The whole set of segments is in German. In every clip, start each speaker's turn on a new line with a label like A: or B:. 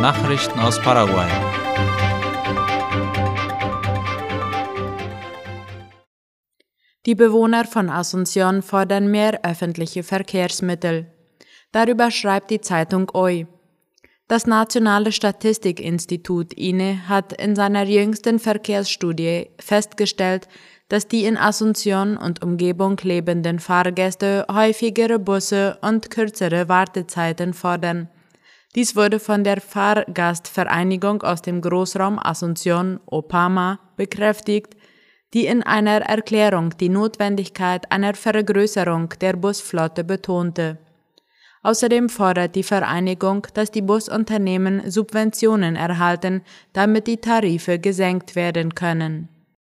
A: Nachrichten aus Paraguay.
B: Die Bewohner von Asunción fordern mehr öffentliche Verkehrsmittel. Darüber schreibt die Zeitung Hoy. Das Nationale Statistikinstitut INE hat in seiner jüngsten Verkehrsstudie festgestellt, dass die in Asunción und Umgebung lebenden Fahrgäste häufigere Busse und kürzere Wartezeiten fordern. Dies wurde von der Fahrgastvereinigung aus dem Großraum Asunción, OPAMA, bekräftigt, die in einer Erklärung die Notwendigkeit einer Vergrößerung der Busflotte betonte. Außerdem fordert die Vereinigung, dass die Busunternehmen Subventionen erhalten, damit die Tarife gesenkt werden können.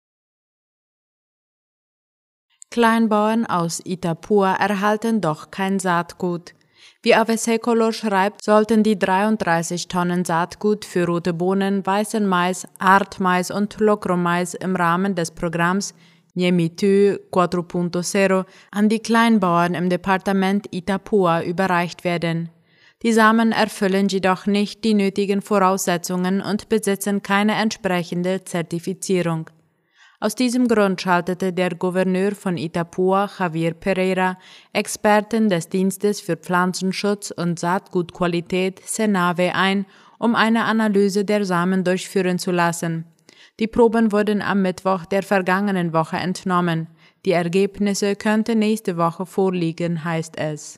B: Kleinbauern aus Itapúa erhalten doch kein Saatgut. Wie ABC Color schreibt, sollten die 33 Tonnen Saatgut für rote Bohnen, weißen Mais, Hartmais und Locromais im Rahmen des Programms Ñemitú 4.0 an die Kleinbauern im Departement Itapúa überreicht werden. Die Samen erfüllen jedoch nicht die nötigen Voraussetzungen und besitzen keine entsprechende Zertifizierung. Aus diesem Grund schaltete der Gouverneur von Itapúa, Javier Pereira, Experten des Dienstes für Pflanzenschutz und Saatgutqualität SENAVE ein, um eine Analyse der Samen durchführen zu lassen. Die Proben wurden am Mittwoch der vergangenen Woche entnommen. Die Ergebnisse könnten nächste Woche vorliegen, heißt es.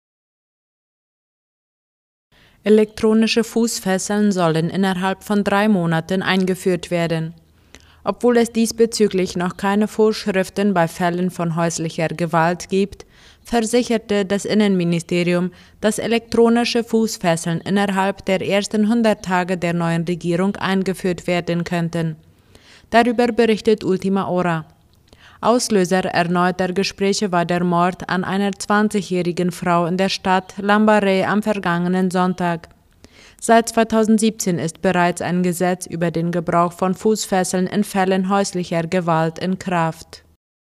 B: Elektronische Fußfesseln sollen innerhalb von 3 Monaten eingeführt werden. Obwohl es diesbezüglich noch keine Vorschriften bei Fällen von häuslicher Gewalt gibt, versicherte das Innenministerium, dass elektronische Fußfesseln innerhalb der ersten 100 Tage der neuen Regierung eingeführt werden könnten. Darüber berichtet Ultima Hora. Auslöser erneuter Gespräche war der Mord an einer 20-jährigen Frau in der Stadt Lambaréné am vergangenen Sonntag. Seit 2017 ist bereits ein Gesetz über den Gebrauch von Fußfesseln in Fällen häuslicher Gewalt in Kraft.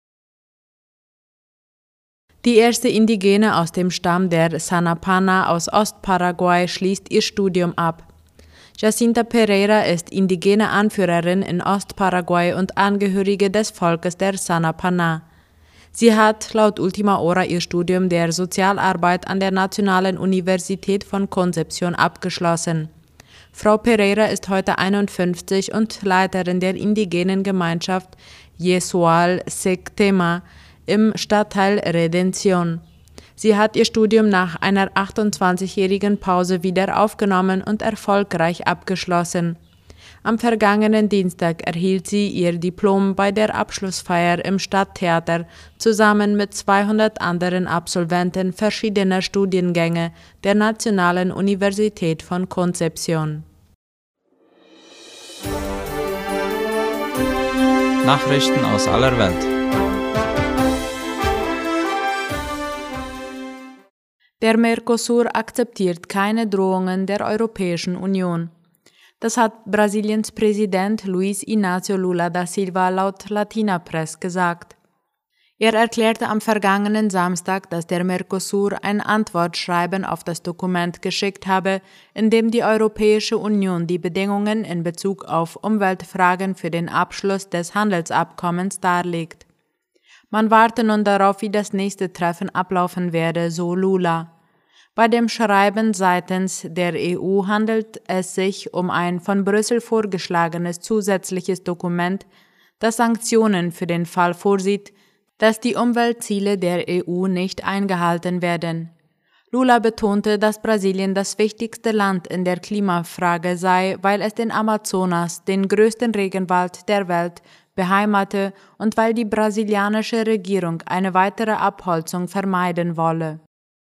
B: Die erste Indigene aus dem Stamm der Sanapana aus Ostparaguay schließt ihr Studium ab. Jacinta Pereira ist indigene Anführerin in Ostparaguay und Angehörige des Volkes der Sanapana. Sie hat laut Ultima Hora ihr Studium der Sozialarbeit an der Nationalen Universität von Concepción abgeschlossen. Frau Pereira ist heute 51 und Leiterin der indigenen Gemeinschaft Yesual Sectema im Stadtteil Redención. Sie hat ihr Studium nach einer 28-jährigen Pause wieder aufgenommen und erfolgreich abgeschlossen. Am vergangenen Dienstag erhielt sie ihr Diplom bei der Abschlussfeier im Stadttheater zusammen mit 200 anderen Absolventen verschiedener Studiengänge der Nationalen Universität von Concepción.
A: Nachrichten aus aller Welt.
B: Der Mercosur akzeptiert keine Drohungen der Europäischen Union. Das hat Brasiliens Präsident Luiz Inácio Lula da Silva laut Latina Press gesagt. Er erklärte am vergangenen Samstag, dass der Mercosur ein Antwortschreiben auf das Dokument geschickt habe, in dem die Europäische Union die Bedingungen in Bezug auf Umweltfragen für den Abschluss des Handelsabkommens darlegt. Man warte nun darauf, wie das nächste Treffen ablaufen werde, so Lula. Bei dem Schreiben seitens der EU handelt es sich um ein von Brüssel vorgeschlagenes zusätzliches Dokument, das Sanktionen für den Fall vorsieht, dass die Umweltziele der EU nicht eingehalten werden. Lula betonte, dass Brasilien das wichtigste Land in der Klimafrage sei, weil es den Amazonas, den größten Regenwald der Welt, beheimate und weil die brasilianische Regierung eine weitere Abholzung vermeiden wolle.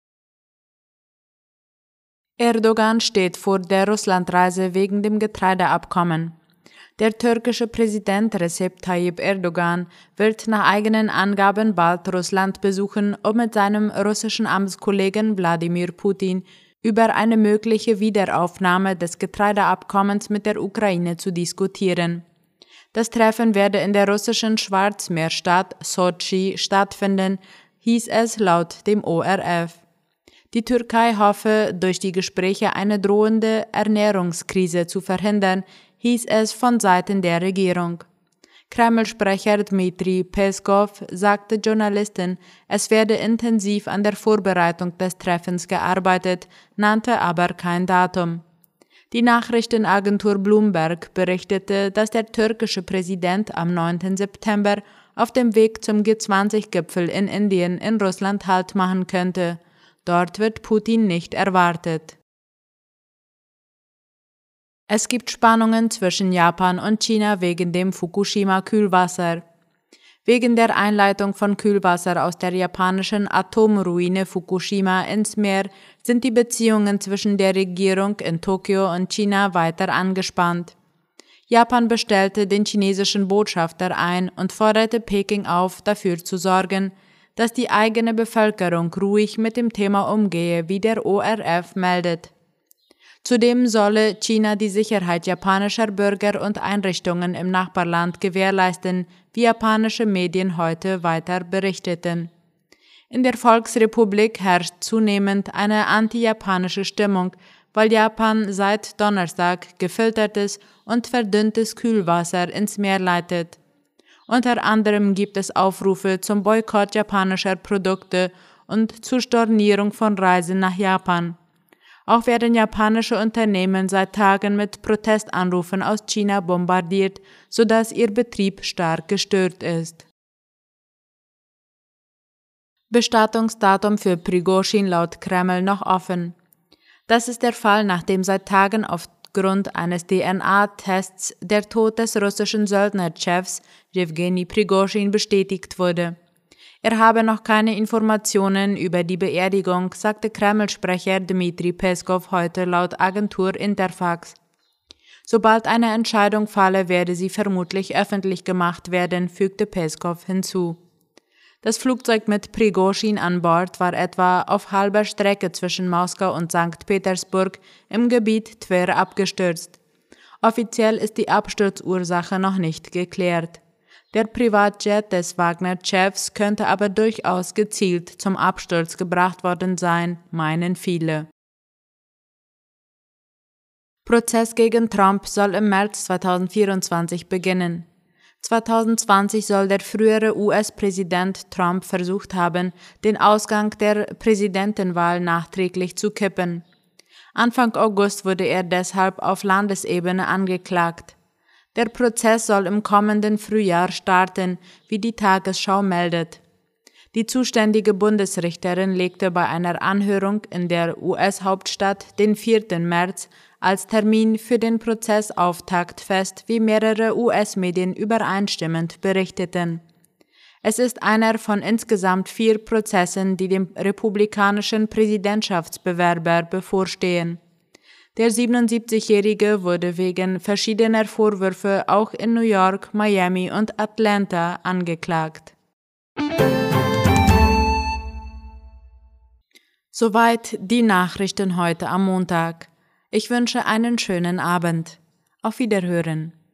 B: Erdogan steht vor der Russlandreise wegen dem Getreideabkommen. Der türkische Präsident Recep Tayyip Erdogan wird nach eigenen Angaben bald Russland besuchen, um mit seinem russischen Amtskollegen Wladimir Putin über eine mögliche Wiederaufnahme des Getreideabkommens mit der Ukraine zu diskutieren. Das Treffen werde in der russischen Schwarzmeerstadt Sotschi stattfinden, hieß es laut dem ORF. Die Türkei hoffe, durch die Gespräche eine drohende Ernährungskrise zu verhindern, hieß es von Seiten der Regierung. Kreml-Sprecher Dmitri Peskov sagte Journalisten, es werde intensiv an der Vorbereitung des Treffens gearbeitet, nannte aber kein Datum. Die Nachrichtenagentur Bloomberg berichtete, dass der türkische Präsident am 9. September auf dem Weg zum G20-Gipfel in Indien in Russland Halt machen könnte. Dort wird Putin nicht erwartet. Es gibt Spannungen zwischen Japan und China wegen dem Fukushima-Kühlwasser. Wegen der Einleitung von Kühlwasser aus der japanischen Atomruine Fukushima ins Meer sind die Beziehungen zwischen der Regierung in Tokio und China weiter angespannt. Japan bestellte den chinesischen Botschafter ein und forderte Peking auf, dafür zu sorgen, dass die eigene Bevölkerung ruhig mit dem Thema umgehe, wie der ORF meldet. Zudem solle China die Sicherheit japanischer Bürger und Einrichtungen im Nachbarland gewährleisten, wie japanische Medien heute weiter berichteten. In der Volksrepublik herrscht zunehmend eine anti-japanische Stimmung, weil Japan seit Donnerstag gefiltertes und verdünntes Kühlwasser ins Meer leitet. Unter anderem gibt es Aufrufe zum Boykott japanischer Produkte und zur Stornierung von Reisen nach Japan. Auch werden japanische Unternehmen seit Tagen mit Protestanrufen aus China bombardiert, sodass ihr Betrieb stark gestört ist. Bestattungsdatum für Prigoschin laut Kreml noch offen. Das ist der Fall, nachdem seit Tagen aufgrund eines DNA-Tests der Tod des russischen Söldnerchefs Jewgeni Prigoschin bestätigt wurde. Er habe noch keine Informationen über die Beerdigung, sagte Kreml-Sprecher Dmitri Peskov heute laut Agentur Interfax. Sobald eine Entscheidung falle, werde sie vermutlich öffentlich gemacht werden, fügte Peskov hinzu. Das Flugzeug mit Prigoschin an Bord war etwa auf halber Strecke zwischen Moskau und St. Petersburg im Gebiet Twer abgestürzt. Offiziell ist die Absturzursache noch nicht geklärt. Der Privatjet des Wagner-Chefs könnte aber durchaus gezielt zum Absturz gebracht worden sein, meinen viele. Prozess gegen Trump soll im März 2024 beginnen. 2020 soll der frühere US-Präsident Trump versucht haben, den Ausgang der Präsidentenwahl nachträglich zu kippen. Anfang August wurde er deshalb auf Landesebene angeklagt. Der Prozess soll im kommenden Frühjahr starten, wie die Tagesschau meldet. Die zuständige Bundesrichterin legte bei einer Anhörung in der US-Hauptstadt den 4. März als Termin für den Prozessauftakt fest, wie mehrere US-Medien übereinstimmend berichteten. Es ist einer von insgesamt 4 Prozessen, die dem republikanischen Präsidentschaftsbewerber bevorstehen. Der 77-Jährige wurde wegen verschiedener Vorwürfe auch in New York, Miami und Atlanta angeklagt. Soweit die Nachrichten heute am Montag. Ich wünsche einen schönen Abend. Auf Wiederhören.